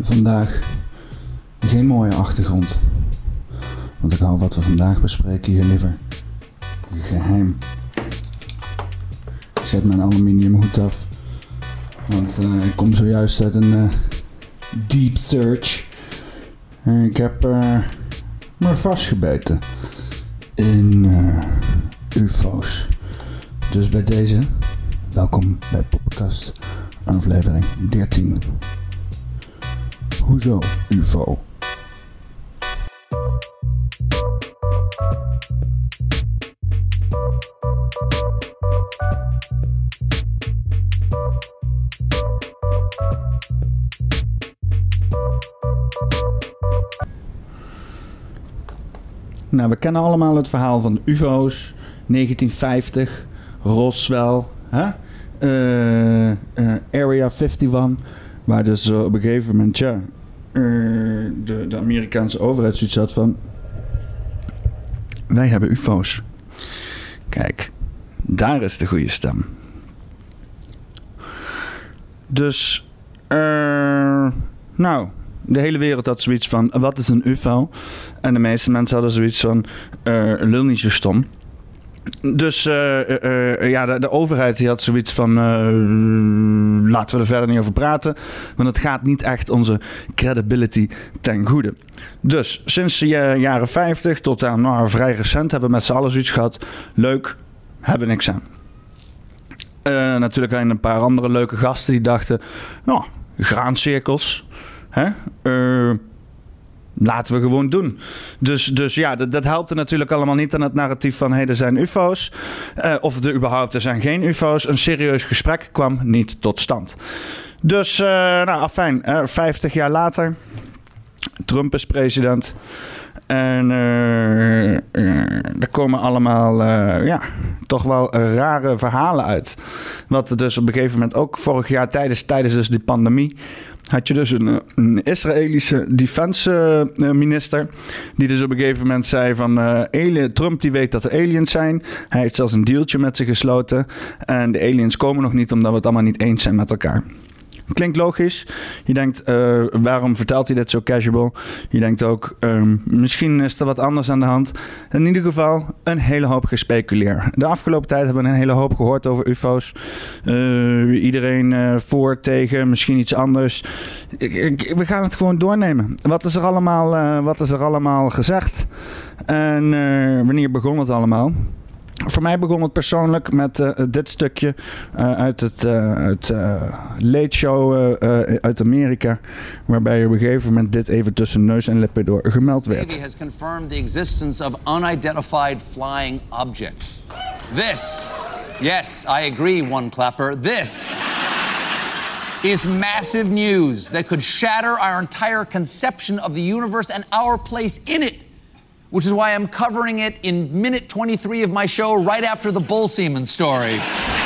vandaag geen mooie achtergrond. Want ik hou wat we vandaag bespreken hier liever geheim. Ik zet mijn aluminium hoed af. Want ik kom zojuist uit een deep search. En ik heb me vastgebeten in UFO's. Dus bij deze, welkom bij Podcast aflevering 13. Hoezo UFO? Nou, we kennen allemaal het verhaal van UFO's, 1950, Roswell, Area 51, waar dus op een gegeven moment, de Amerikaanse overheid zoiets had van, wij hebben UFO's. Kijk, daar is de goede stem. Dus, de hele wereld had zoiets van, wat is een UFO? En de meeste mensen hadden zoiets van, lul niet zo stom. Dus de overheid die had zoiets van, laten we er verder niet over praten. Want het gaat niet echt onze credibility ten goede. Dus sinds de jaren 50 tot aan vrij recent hebben we met z'n allen zoiets gehad. Leuk, hebben niks aan. Natuurlijk alleen een paar andere leuke gasten die dachten, graancirkels. Laten we gewoon doen. Dus dat helpte natuurlijk allemaal niet aan het narratief van er zijn UFO's. Of er überhaupt er zijn geen UFO's. Een serieus gesprek kwam niet tot stand. Dus, 50 jaar later. Trump is president. En er komen allemaal toch wel rare verhalen uit. Wat er dus op een gegeven moment ook vorig jaar tijdens dus die pandemie had je dus een Israëlische defense minister die dus op een gegeven moment zei van Trump die weet dat er aliens zijn. Hij heeft zelfs een dealtje met ze gesloten. En de aliens komen nog niet omdat we het allemaal niet eens zijn met elkaar. Klinkt logisch. Je denkt, waarom vertelt hij dit zo casual? Je denkt ook, misschien is er wat anders aan de hand. In ieder geval, een hele hoop gespeculeerd. De afgelopen tijd hebben we een hele hoop gehoord over UFO's. Iedereen voor, tegen, misschien iets anders. We gaan het gewoon doornemen. Wat is er allemaal gezegd? En wanneer begon het allemaal? Voor mij begon het persoonlijk met dit stukje uit het Late Show uit Amerika, waarbij op een gegeven moment dit even tussen neus en lippen door gemeld werd. The Navy has confirmed the existence of unidentified flying objects. This, yes, I agree, one clapper, this is massive news that could shatter our entire conception of the universe and our place in it. Which is why I'm covering it in minute 23 of my show right after the Bull Seaman story.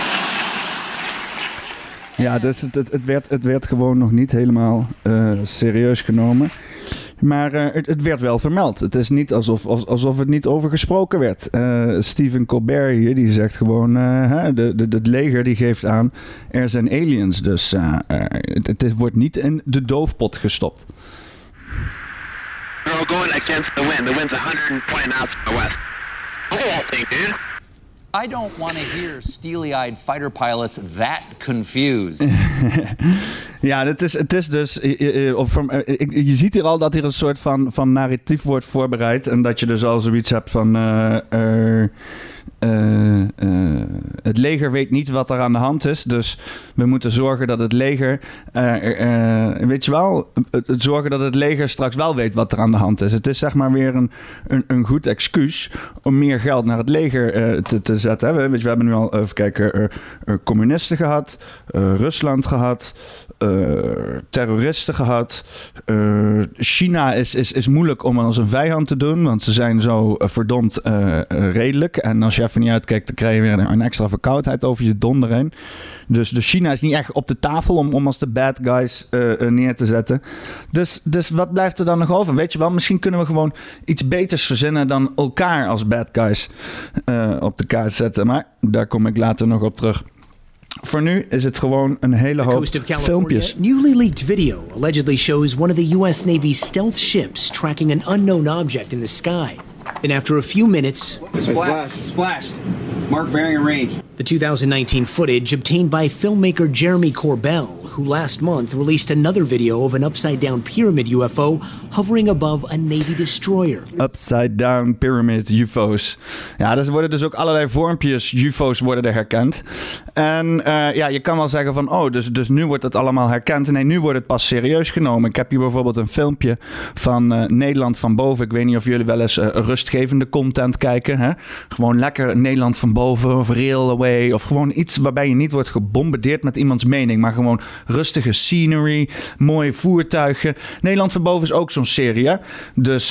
Ja, dus het werd gewoon nog niet helemaal serieus genomen. Maar het werd wel vermeld. Het is niet alsof het niet over gesproken werd. Stephen Colbert hier, die zegt gewoon, het leger die geeft aan, er zijn aliens. Dus het wordt niet in de doofpot gestopt. We're all going against the wind. The wind's 120 knots from the west. Look at that thing, dude. I don't want to hear steely-eyed fighter pilots that confused. Ja, het is dus... Je ziet hier al dat hier een soort van narratief wordt voorbereid. En dat je dus al zoiets hebt van... het leger weet niet wat er aan de hand is. Dus we moeten zorgen dat het leger... zorgen dat het leger straks wel weet wat er aan de hand is. Het is zeg maar weer een goed excuus om meer geld naar het leger te zetten. Hè? We hebben nu al, even kijken, communisten gehad, Rusland gehad, terroristen gehad. China is moeilijk om als een vijand te doen, want ze zijn zo verdomd redelijk. En als je even niet uitkijkt, dan krijg je weer een extra verkoudheid over je donder heen. Dus China is niet echt op de tafel om als de bad guys neer te zetten. Dus wat blijft er dan nog over? Weet je wel, misschien kunnen we gewoon iets beters verzinnen dan elkaar als bad guys op de kaart zetten. Maar daar kom ik later nog op terug. voor nu is het gewoon een hele hoop filmpjes. Newly leaked video allegedly shows one of the U.S. Navy's stealth ships tracking an unknown object in the sky. And after a few minutes... Splashed. Mark bearing and range. The 2019 footage obtained by filmmaker Jeremy Corbell, who last month released another video of an upside-down pyramid UFO hovering above a Navy destroyer. Upside-down pyramid UFO's. Ja, er worden dus ook allerlei vormpjes UFO's worden er herkend. En je kan wel zeggen van, dus nu wordt het allemaal herkend. Nee, nu wordt het pas serieus genomen. Ik heb hier bijvoorbeeld een filmpje van Nederland van boven. Ik weet niet of jullie wel eens rustgevende content kijken. Hè? Gewoon lekker Nederland van boven of Rail Away. Of gewoon iets waarbij je niet wordt gebombardeerd met iemands mening. Maar gewoon rustige scenery, mooie voertuigen. Nederland van boven is ook zo'n serie. Hè? Dus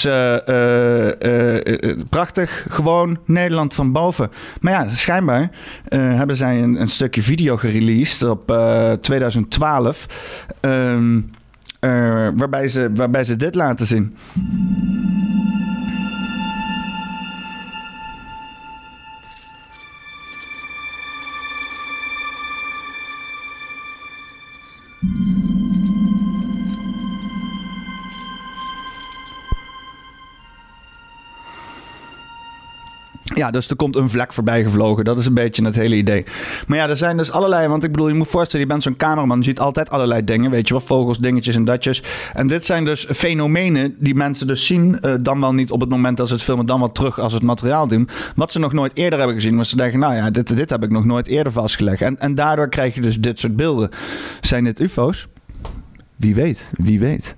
prachtig. Gewoon Nederland van boven. Maar ja, schijnbaar hebben zij een stukje video gereleased op 2012. Waarbij ze dit laten zien. Ja, dus er komt een vlek voorbij gevlogen. Dat is een beetje het hele idee. Maar ja, er zijn dus allerlei... Want ik bedoel, je moet voorstellen, je bent zo'n cameraman. Je ziet altijd allerlei dingen, weet je wel. Vogels, dingetjes en datjes. En dit zijn dus fenomenen die mensen dus zien. Dan wel niet op het moment dat ze het filmen. Dan wel terug als ze het materiaal doen. Wat ze nog nooit eerder hebben gezien. Maar ze denken, nou ja, dit heb ik nog nooit eerder vastgelegd. En daardoor krijg je dus dit soort beelden. Zijn dit UFO's? Wie weet, wie weet.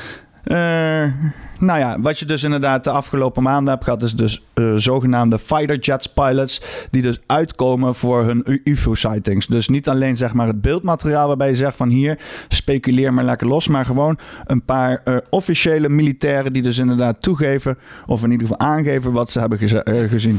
Nou ja, wat je dus inderdaad de afgelopen maanden hebt gehad... is dus zogenaamde fighter jets pilots... die dus uitkomen voor hun UFO-sightings. Dus niet alleen zeg maar het beeldmateriaal waarbij je zegt van... hier, speculeer maar lekker los... maar gewoon een paar officiële militairen... die dus inderdaad toegeven... of in ieder geval aangeven wat ze hebben gezien.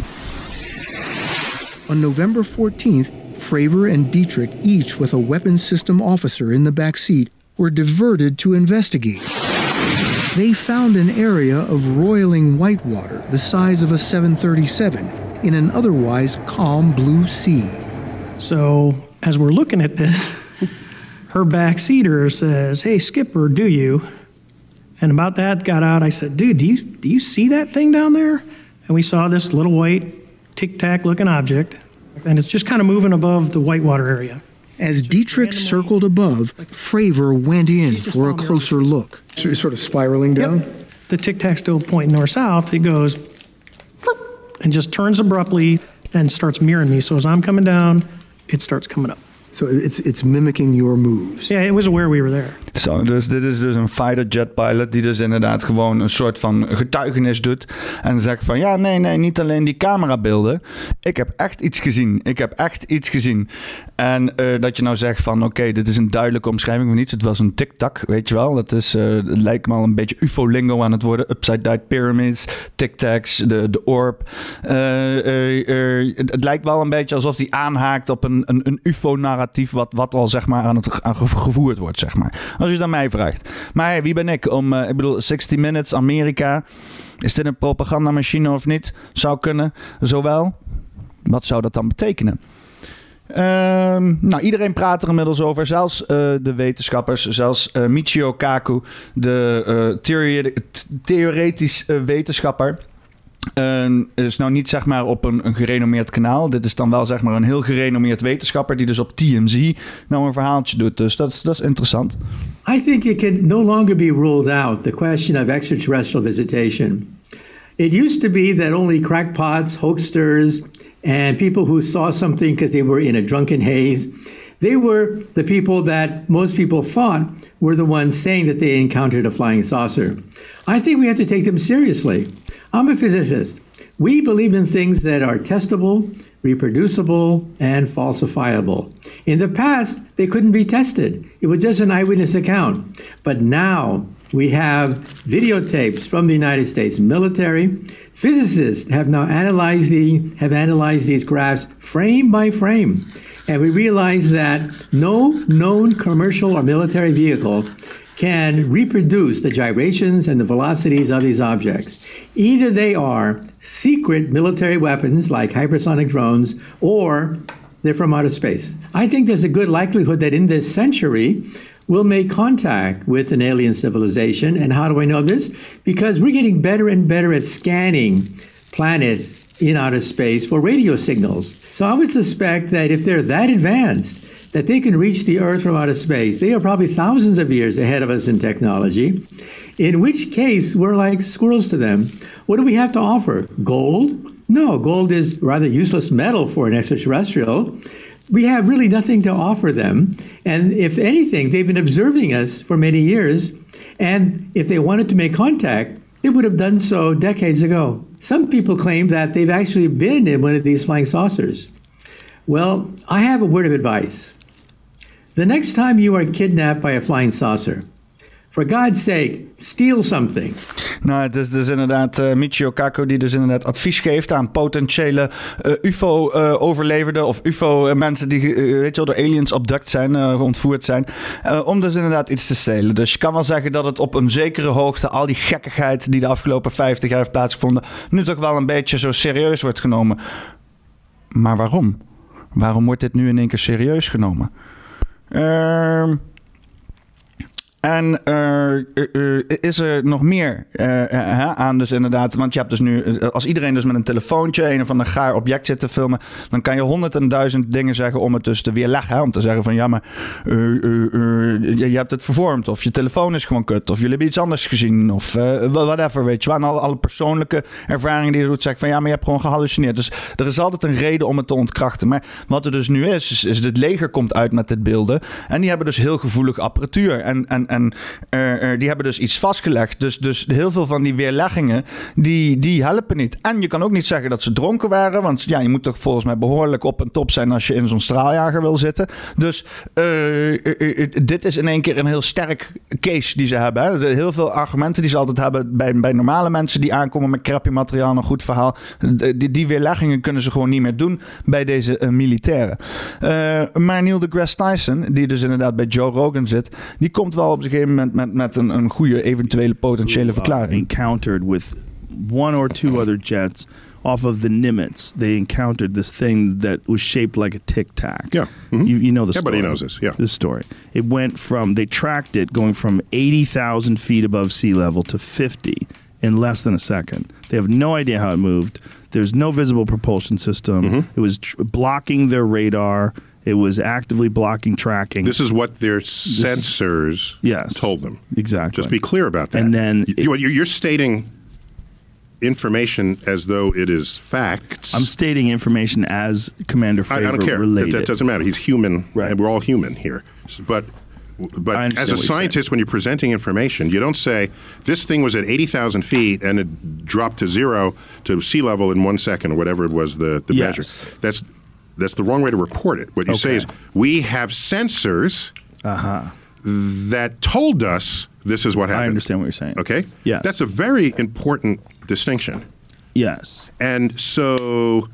On November 14th, Fravor and Dietrich, each with a weapons system officer in the back seat... were diverted to investigate. They found an area of roiling whitewater the size of a 737 in an otherwise calm blue sea. So, as we're looking at this, her backseater says, "Hey, Skipper, do you?" And about that got out, I said, "Dude, do you see that thing down there?" And we saw this little white tic-tac looking object, and it's just kind of moving above the whitewater area. As Dietrich circled above, Fravor went in for a closer look. So you're sort of spiraling down? Yep. The tic-tac's still pointing north-south. It goes and just turns abruptly and starts mirroring me. So as I'm coming down, it starts coming up. So it's mimicking your moves. Yeah, it was aware we were there. Zo, dus dit is dus een fighter jet pilot die dus inderdaad gewoon een soort van getuigenis doet. En zegt van ja, nee, niet alleen die camerabeelden. Ik heb echt iets gezien. En dat je nou zegt van oké, dit is een duidelijke omschrijving van iets. Het was een tic-tac, weet je wel. Dat is, het lijkt me al een beetje UFO-lingo aan het worden. Upside-down pyramids, tic-tacs, de orb. Het lijkt wel een beetje alsof die aanhaakt op een UFO-narratief wat al zeg maar aan gevoerd wordt, zeg maar. Als je het aan mij vraagt. Maar hey, wie ben ik? Ik bedoel, 60 Minutes, Amerika. Is dit een propagandamachine of niet? Zou kunnen. Zowel. Wat zou dat dan betekenen? Nou, iedereen praat er inmiddels over. Zelfs de wetenschappers. Zelfs Michio Kaku, de theoretisch wetenschapper. Is nou niet zeg maar op een gerenommeerd kanaal. Dit is dan wel zeg maar een heel gerenommeerd wetenschapper die dus op TMZ nou een verhaaltje doet. Dus dat is interessant. I think it can no longer be ruled out, the question of extraterrestrial visitation. It used to be that only crackpots, hoaxsters, and people who saw something because they were in a drunken haze, they were the people that most people thought were the ones saying that they encountered a flying saucer. I think we have to take them seriously. I'm a physicist. We believe in things that are testable, reproducible, and falsifiable. In the past, they couldn't be tested. It was just an eyewitness account. But now we have videotapes from the United States military. Physicists have now analyzed these graphs frame by frame. And we realize that no known commercial or military vehicle can reproduce the gyrations and the velocities of these objects. Either they are secret military weapons like hypersonic drones, or they're from outer space. I think there's a good likelihood that in this century, we'll make contact with an alien civilization. And how do I know this? Because we're getting better and better at scanning planets in outer space for radio signals. So I would suspect that if they're that advanced, that they can reach the Earth from outer space. They are probably thousands of years ahead of us in technology, in which case we're like squirrels to them. What do we have to offer? Gold? No, gold is rather useless metal for an extraterrestrial. We have really nothing to offer them. And if anything, they've been observing us for many years. And if they wanted to make contact, they would have done so decades ago. Some people claim that they've actually been in one of these flying saucers. Well, I have a word of advice. The next time you are kidnapped by a flying saucer, for God's sake, steal something. Nou, het is dus inderdaad Michio Kaku die dus inderdaad advies geeft aan potentiële UFO-overlevenden of UFO-mensen die weet je wel, door aliens abduct zijn, ontvoerd zijn, om dus inderdaad iets te stelen. Dus je kan wel zeggen dat het op een zekere hoogte, al die gekkigheid die de afgelopen 50 jaar heeft plaatsgevonden, nu toch wel een beetje zo serieus wordt genomen. Maar waarom? Waarom wordt dit nu in één keer serieus genomen? En is er nog meer aan dus inderdaad... Want je hebt dus nu... Als iedereen dus met een telefoontje een of ander gaar object zit te filmen... dan kan je 100.000 dingen zeggen om het dus te weerleggen. Om te zeggen van ja, maar je hebt het vervormd. Of je telefoon is gewoon kut. Of jullie hebben iets anders gezien. Of whatever, weet je wel. En alle persoonlijke ervaringen die je doet, zeggen van ja, maar je hebt gewoon gehallucineerd. Dus er is altijd een reden om het te ontkrachten. Maar wat er dus nu is het leger komt uit met dit beelden. En die hebben dus heel gevoelige apparatuur. En die hebben dus iets vastgelegd. Dus heel veel van die weerleggingen, die helpen niet. En je kan ook niet zeggen dat ze dronken waren. Want ja, je moet toch volgens mij behoorlijk op en top zijn als je in zo'n straaljager wil zitten. Dus dit is in één keer een heel sterk case die ze hebben. Hè. Heel veel argumenten die ze altijd hebben bij normale mensen die aankomen met crappy materiaal, een goed verhaal. Die weerleggingen kunnen ze gewoon niet meer doen bij deze militairen. Maar Neil deGrasse Tyson, die dus inderdaad bij Joe Rogan zit, die komt wel op een gegeven moment met een goede eventuele potentiële verklaring. Encountered with one or two other jets off of the Nimitz. They encountered this thing that was shaped like a tic-tac. Yeah. Mm-hmm. You know the story. Everybody knows this, yeah. This story. It went from, they tracked it going from 80,000 feet above sea level to 50 in less than a second. They have no idea how it moved. There's no visible propulsion system. Mm-hmm. It was blocking their radar. It was actively blocking tracking. This is what their sensors told them. Exactly. Just be clear about that. And then you're stating information as though it is facts. I'm stating information as Commander Fravor I don't care. Related. That doesn't matter. He's human, right. And we're all human here. But as a scientist, when you're presenting information, you don't say, this thing was at 80,000 feet and it dropped to zero to sea level in 1 second or whatever it was the measure. That's the wrong way to report it. What you say is, we have sensors that told us this is what happened. I understand what you're saying. Okay? Yes. That's a very important distinction. Yes. And so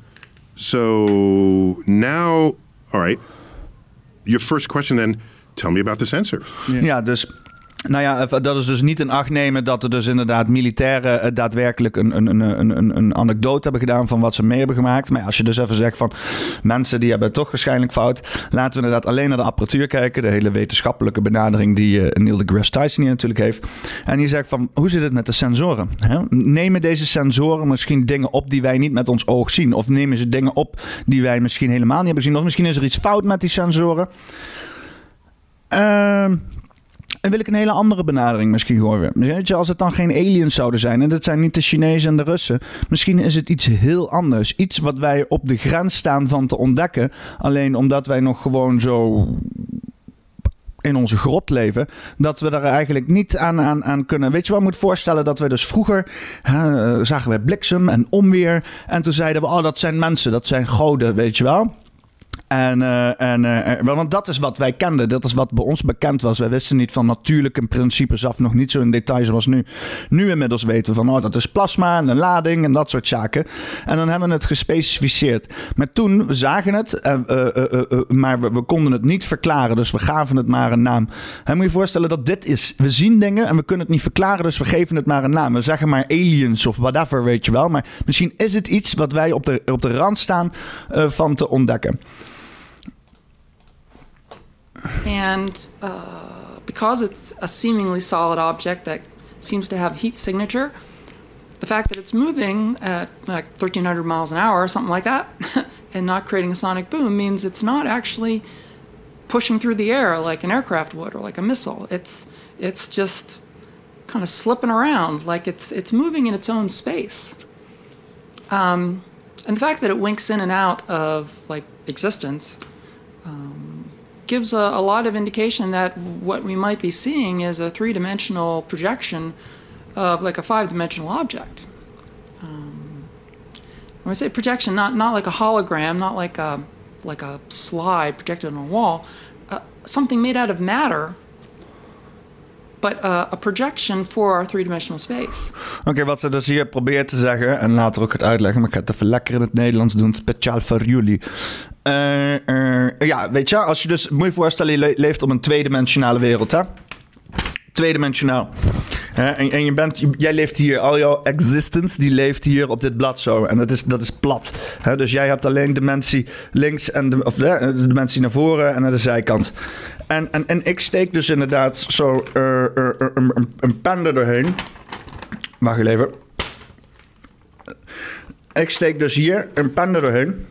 now, all right, your first question then, tell me about the sensors. Ja, dus... Nou ja, dat is dus niet in acht nemen dat er dus inderdaad militairen daadwerkelijk een anekdote hebben gedaan van wat ze mee hebben gemaakt. Maar als je dus even zegt van mensen die hebben het toch waarschijnlijk fout. Laten we inderdaad alleen naar de apparatuur kijken. De hele wetenschappelijke benadering die Neil deGrasse Tyson hier natuurlijk heeft. En die zegt van hoe zit het met de sensoren? Hè? Nemen deze sensoren misschien dingen op die wij niet met ons oog zien? Of nemen ze dingen op die wij misschien helemaal niet hebben gezien? Of misschien is er iets fout met die sensoren? En wil ik een hele andere benadering misschien gooien. Weet je, als het dan geen aliens zouden zijn, en dat zijn niet de Chinezen en de Russen, misschien is het iets heel anders. Iets wat wij op de grens staan van te ontdekken. Alleen omdat wij nog gewoon zo in onze grot leven, dat we daar eigenlijk niet aan kunnen. Weet je wat, ik moet voorstellen dat we dus vroeger zagen wij bliksem en onweer. En toen zeiden we, dat zijn mensen, dat zijn goden, weet je wel. Want dat is wat wij kenden. Dat is wat bij ons bekend was. Wij wisten niet van natuurlijke principes af. Nog niet zo in detail zoals nu. Nu inmiddels weten we van dat is plasma en een lading en dat soort zaken. En dan hebben we het gespecificeerd. Maar toen, we zagen het. Maar we konden het niet verklaren. Dus we gaven het maar een naam. En moet je voorstellen dat dit is. We zien dingen en we kunnen het niet verklaren. Dus we geven het maar een naam. We zeggen maar aliens of whatever, weet je wel. Maar misschien is het iets wat wij op de rand staan van te ontdekken. And because it's a seemingly solid object that seems to have heat signature, the fact that it's moving at like 1,300 miles an hour or something like that and not creating a sonic boom means it's not actually pushing through the air like an aircraft would or like a missile. It's just kind of slipping around, like it's moving in its own space. And the fact that it winks in and out of like existence gives a lot of indication that what we might be seeing is a three-dimensional projection of like a five-dimensional object. When I say projection, not like a hologram, not like a slide projected on a wall, something made out of matter, but a projection for our three-dimensional space. Oké, wat ze dus hier probeert te zeggen, en later ook het uitleggen, maar ik ga het even lekker in het Nederlands doen, speciaal voor jullie. Ja, weet je, als je dus, moet je voorstellen, je leeft op een tweedimensionale wereld, hè? Tweedimensionaal. En jij leeft hier, al jouw existence, die leeft hier op dit blad zo. En dat is plat. Dus jij hebt alleen dimensie links en de dimensie naar voren en naar de zijkant. En ik steek dus inderdaad zo een pen er doorheen. Wacht even. Ik steek dus hier een pen er doorheen.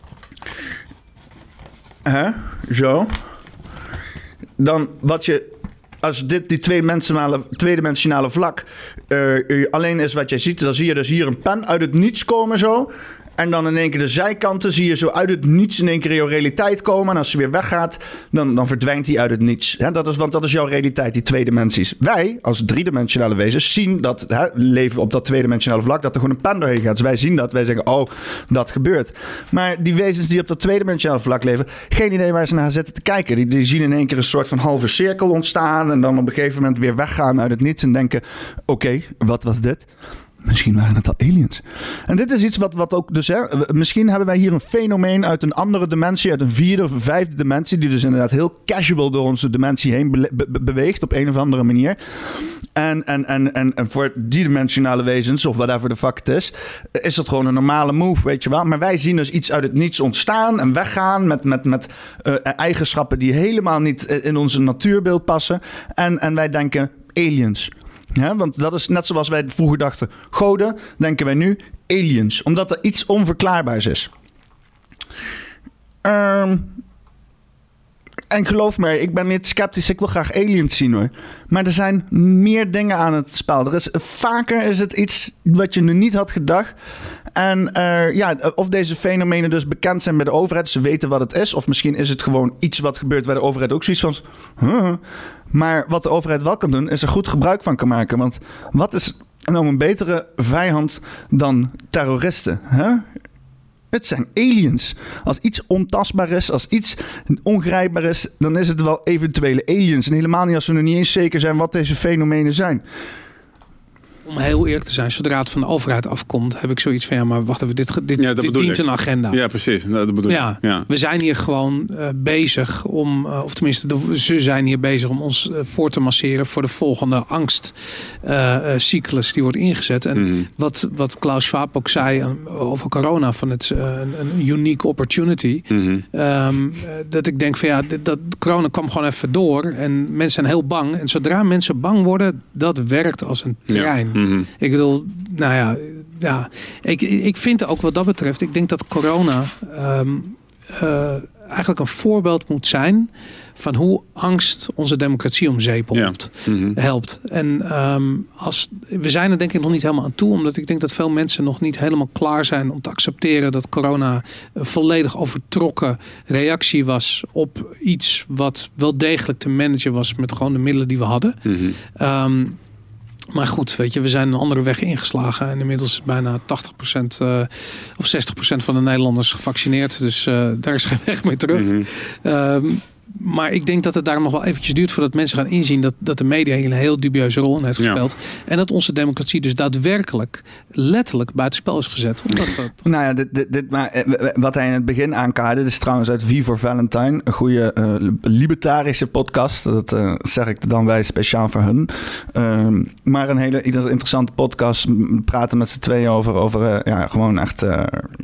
Zo. Dan wat je... Als die tweedimensionale vlak alleen is wat jij ziet, dan zie je dus hier een pen uit het niets komen zo. En dan in één keer de zijkanten zie je zo uit het niets in één keer jouw realiteit komen. En als ze weer weggaat, dan verdwijnt die uit het niets. Want dat is jouw realiteit, die twee dimensies. Wij, als driedimensionale wezens, zien dat, leven op dat tweedimensionale vlak, dat er gewoon een pen doorheen gaat. Dus wij zien dat, wij zeggen, oh, dat gebeurt. Maar die wezens die op dat tweedimensionale vlak leven, geen idee waar ze naar zitten te kijken. Die zien in één keer een soort van halve cirkel ontstaan en dan op een gegeven moment weer weggaan uit het niets en denken, oké, wat was dit? Misschien waren het al aliens. En dit is iets wat ook dus... misschien hebben wij hier een fenomeen uit een andere dimensie, uit een vierde of vijfde dimensie, die dus inderdaad heel casual door onze dimensie heen beweegt op een of andere manier. En voor die dimensionale wezens, of whatever the fuck het is dat gewoon een normale move, weet je wel. Maar wij zien dus iets uit het niets ontstaan en weggaan met eigenschappen die helemaal niet in onze natuurbeeld passen. En wij denken aliens. Ja, want dat is net zoals wij vroeger dachten goden, denken wij nu aliens. Omdat er iets onverklaarbaars is. En geloof me, ik ben niet sceptisch. Ik wil graag aliens zien hoor. Maar er zijn meer dingen aan het spel. Vaker is het iets wat je nu niet had gedacht. En of deze fenomenen dus bekend zijn bij de overheid. Ze weten wat het is. Of misschien is het gewoon iets wat gebeurt waar de overheid ook zoiets van... Maar wat de overheid wel kan doen, is er goed gebruik van kan maken. Want wat is nou een betere vijand dan terroristen? Hè? Het zijn aliens. Als iets ontastbaar is, als iets ongrijpbaar is, dan is het wel eventuele aliens. En helemaal niet als we nog niet eens zeker zijn wat deze fenomenen zijn. Om heel eerlijk te zijn, zodra het van de overheid afkomt, heb ik zoiets van, ja, maar wacht even, dit dient een agenda. Ja, precies. Dat bedoel ik. Ja. We zijn hier gewoon bezig om, of tenminste, ze zijn hier bezig om ons voor te masseren voor de volgende angstcyclus die wordt ingezet. En wat Klaus Schwab ook zei over corona, van het een unique opportunity. Dat ik denk van, ja, dat corona kwam gewoon even door en mensen zijn heel bang. En zodra mensen bang worden, dat werkt als een trein. Ik bedoel, nou ja, ik vind ook wat dat betreft, ik denk dat corona eigenlijk een voorbeeld moet zijn van hoe angst onze democratie om zeep helpt. En we zijn er denk ik nog niet helemaal aan toe, omdat ik denk dat veel mensen nog niet helemaal klaar zijn om te accepteren dat corona een volledig overtrokken reactie was op iets wat wel degelijk te managen was met gewoon de middelen die we hadden. Maar goed, weet je, we zijn een andere weg ingeslagen. En inmiddels is bijna 80% of 60% van de Nederlanders gevaccineerd. Dus daar is geen weg meer terug. Maar ik denk dat het daarom nog wel eventjes duurt voordat mensen gaan inzien dat de media hier een heel dubieuze rol in heeft gespeeld. Ja. En dat onze democratie dus daadwerkelijk letterlijk buitenspel is gezet. Nou ja, maar wat hij in het begin aankaarde, dit is trouwens uit V for Valentine, een goede libertarische podcast. Dat zeg ik dan wij speciaal voor hun. Maar een hele interessante podcast. Praten met z'n tweeën over gewoon echt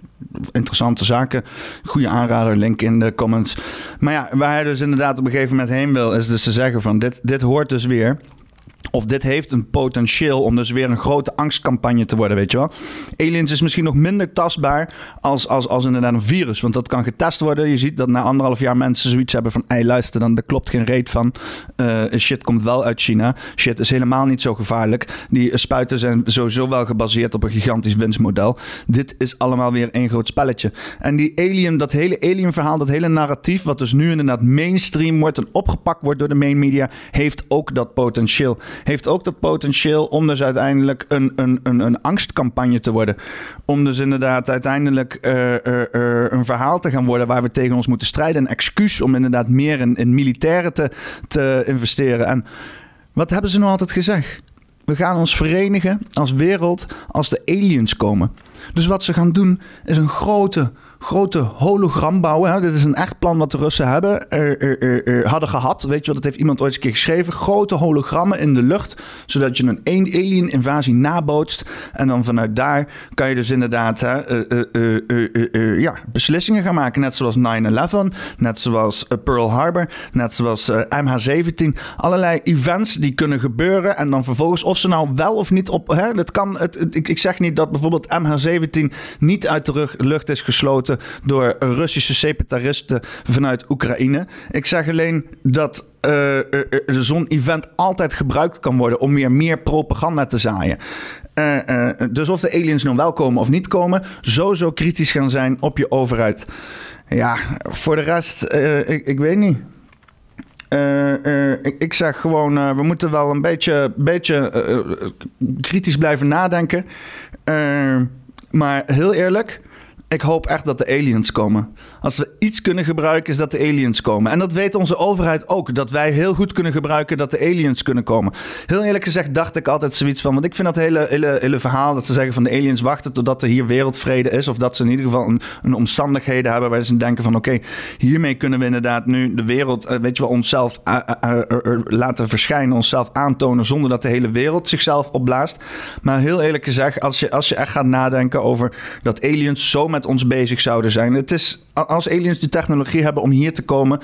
interessante zaken. Goede aanrader, link in de comments. Maar ja, waar hij dus inderdaad op een gegeven moment heen wil, is dus te zeggen van dit hoort dus weer. Of dit heeft een potentieel om dus weer een grote angstcampagne te worden, weet je wel. Aliens is misschien nog minder tastbaar als inderdaad een virus. Want dat kan getest worden. Je ziet dat na 1,5 jaar mensen zoiets hebben van... luister, dan er klopt geen reet van. Shit komt wel uit China. Shit is helemaal niet zo gevaarlijk. Die spuiten zijn sowieso wel gebaseerd op een gigantisch winstmodel. Dit is allemaal weer één groot spelletje. En die alien, dat hele alien verhaal, dat hele narratief... wat dus nu inderdaad mainstream wordt en opgepakt wordt door de main media... heeft ook dat potentieel. Heeft ook dat potentieel om dus uiteindelijk een angstcampagne te worden. Om dus inderdaad uiteindelijk een verhaal te gaan worden waar we tegen ons moeten strijden. Een excuus om inderdaad meer in militairen te investeren. En wat hebben ze nou altijd gezegd? We gaan ons verenigen als wereld als de aliens komen. Dus wat ze gaan doen is een grote hologram bouwen. Hè. Dit is een echt plan wat de Russen hadden gehad. Weet je wel, dat heeft iemand ooit eens een keer geschreven. Grote hologrammen in de lucht, zodat je een alien invasie nabootst. En dan vanuit daar kan je dus inderdaad beslissingen gaan maken. Net zoals 9/11, net zoals Pearl Harbor, net zoals MH17. Allerlei events die kunnen gebeuren. En dan vervolgens of ze nou wel of niet op... Hè, dat kan, ik zeg niet dat bijvoorbeeld MH17 niet uit de lucht is gesloten door Russische separatisten vanuit Oekraïne. Ik zeg alleen dat zo'n event altijd gebruikt kan worden om weer meer propaganda te zaaien. Dus of de aliens nou wel komen of niet komen, zo kritisch gaan zijn op je overheid. Ja, voor de rest, ik weet niet. Ik zeg gewoon, we moeten wel een beetje kritisch blijven nadenken. Maar heel eerlijk, ik hoop echt dat de aliens komen. Als we iets kunnen gebruiken, is dat de aliens komen. En dat weet onze overheid ook. Dat wij heel goed kunnen gebruiken dat de aliens kunnen komen. Heel eerlijk gezegd dacht ik altijd zoiets van... Want ik vind dat hele verhaal dat ze zeggen van de aliens wachten totdat er hier wereldvrede is. Of dat ze in ieder geval een omstandigheden hebben waar ze denken van... Oké, hiermee kunnen we inderdaad nu de wereld, weet je wel, onszelf laten verschijnen. Onszelf aantonen zonder dat de hele wereld zichzelf opblaast. Maar heel eerlijk gezegd, als je echt gaat nadenken over dat aliens zo met ons bezig zouden zijn. Het is... Als aliens de technologie hebben om hier te komen,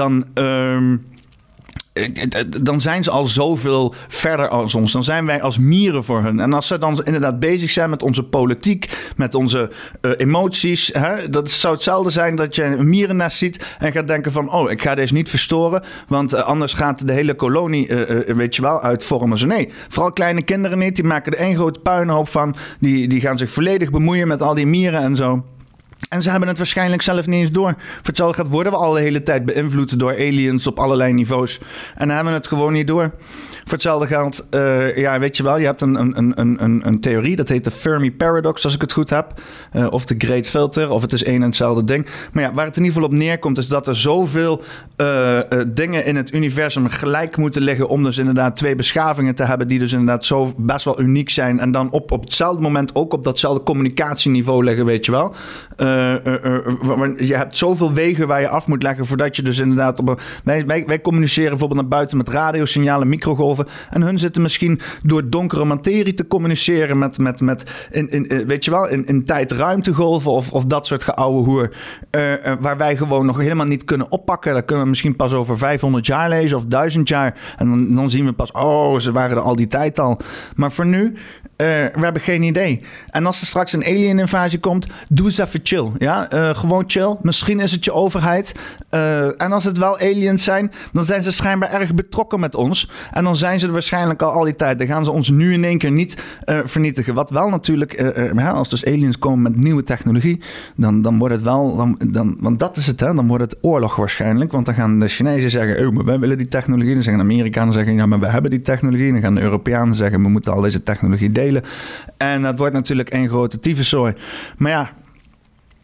dan zijn ze al zoveel verder als ons. Dan zijn wij als mieren voor hun. En als ze dan inderdaad bezig zijn met onze politiek, met onze emoties, dat zou hetzelfde zijn dat je een mierennest ziet en gaat denken van, ik ga deze niet verstoren, want anders gaat de hele kolonie, weet je wel, uitvormen. Zo nee, vooral kleine kinderen niet. Die maken er één grote puinhoop van. Die gaan zich volledig bemoeien met al die mieren en zo. En ze hebben het waarschijnlijk zelf niet eens door. Voor hetzelfde gaat worden we al de hele tijd beïnvloed door aliens op allerlei niveaus. En dan hebben we het gewoon niet door. Voor hetzelfde geld, weet je wel, je hebt een theorie, dat heet de Fermi Paradox, als ik het goed heb. Of de Great Filter, of het is één en hetzelfde ding. Maar ja, waar het in ieder geval op neerkomt, is dat er zoveel dingen in het universum gelijk moeten liggen om dus inderdaad twee beschavingen te hebben die dus inderdaad zo best wel uniek zijn. En dan op hetzelfde moment ook op datzelfde communicatieniveau liggen, weet je wel. Je hebt zoveel wegen waar je af moet leggen voordat je dus inderdaad wij communiceren bijvoorbeeld naar buiten met radiosignalen, microgolven. En hun zitten misschien door donkere materie te communiceren met weet je wel, in tijd-ruimtegolven of dat soort geouwe hoer. Waar wij gewoon nog helemaal niet kunnen oppakken. Dat kunnen we misschien pas over 500 jaar lezen of 1000 jaar. En dan zien we pas, ze waren er al die tijd al. Maar voor nu, we hebben geen idee. En als er straks een alien-invasie komt, doe eens even chill. Ja? Gewoon chill. Misschien is het je overheid. En als het wel aliens zijn, dan zijn ze schijnbaar erg betrokken met ons. En dan zijn ze er waarschijnlijk al die tijd. Dan gaan ze ons nu in één keer niet vernietigen. Wat wel natuurlijk, als dus aliens komen met nieuwe technologie, dan wordt het wel, want dat is het, hè? Dan wordt het oorlog waarschijnlijk. Want dan gaan de Chinezen zeggen, maar wij willen die technologie. Dan zeggen de Amerikanen zeggen, ja, maar we hebben die technologie. Dan gaan de Europeanen zeggen, we moeten al deze technologie delen. En dat wordt natuurlijk één grote tyfuszooi. Maar ja,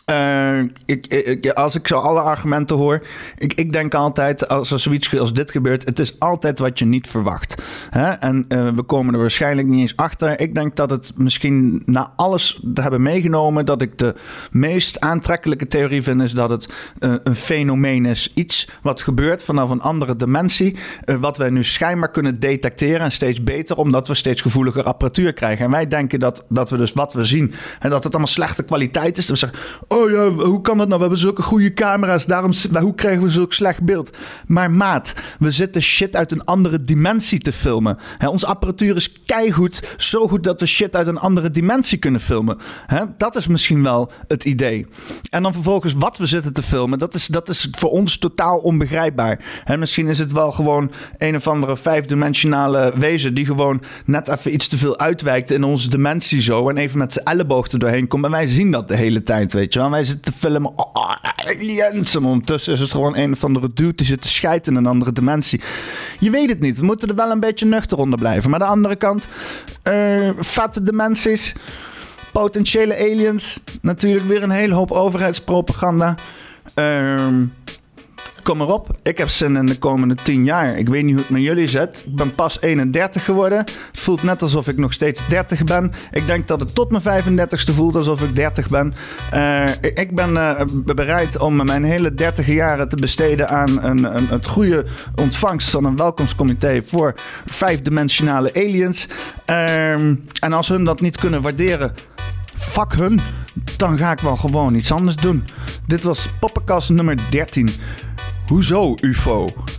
Als ik zo alle argumenten hoor, ik denk altijd, als er zoiets als dit gebeurt, het is altijd wat je niet verwacht. Hè? En we komen er waarschijnlijk niet eens achter. Ik denk dat het misschien na alles te hebben meegenomen, dat ik de meest aantrekkelijke theorie vind, is dat het een fenomeen is. Iets wat gebeurt vanaf een andere dimensie, wat wij nu schijnbaar kunnen detecteren en steeds beter, omdat we steeds gevoeliger apparatuur krijgen. En wij denken dat we dus wat we zien, en dat het allemaal slechte kwaliteit is. Dus we zeggen, oh ja, hoe kan dat nou? We hebben zulke goede camera's, hoe krijgen we zulk slecht beeld? Maar maat, we zitten shit uit een andere dimensie te filmen. Onze apparatuur is keigoed, zo goed dat we shit uit een andere dimensie kunnen filmen. Dat is misschien wel het idee. En dan vervolgens wat we zitten te filmen, dat is voor ons totaal onbegrijpbaar. Misschien is het wel gewoon een of andere 5-dimensionale wezen die gewoon net even iets te veel uitwijkt in onze dimensie zo en even met zijn elleboog er doorheen komt. En wij zien dat de hele tijd, weet je wel. Wij zitten te filmen, aliens. En ondertussen is het gewoon een of andere dude die zit te scheiden in een andere dimensie. Je weet het niet. We moeten er wel een beetje nuchter onder blijven. Maar aan de andere kant, vette dimensies, potentiële aliens, natuurlijk weer een hele hoop overheidspropaganda. Kom maar op. Ik heb zin in de komende 10 jaar. Ik weet niet hoe het met jullie zit. Ik ben pas 31 geworden. Het voelt net alsof ik nog steeds 30 ben. Ik denk dat het tot mijn 35ste voelt alsof ik 30 ben. Ik ben bereid om mijn hele 30 jaren te besteden aan het goede ontvangst van een welkomstcomité voor 5-dimensionale aliens. En als hun dat niet kunnen waarderen, fuck hun. Dan ga ik wel gewoon iets anders doen. Dit was Poppenkast nummer 13. Hoezo, UFO?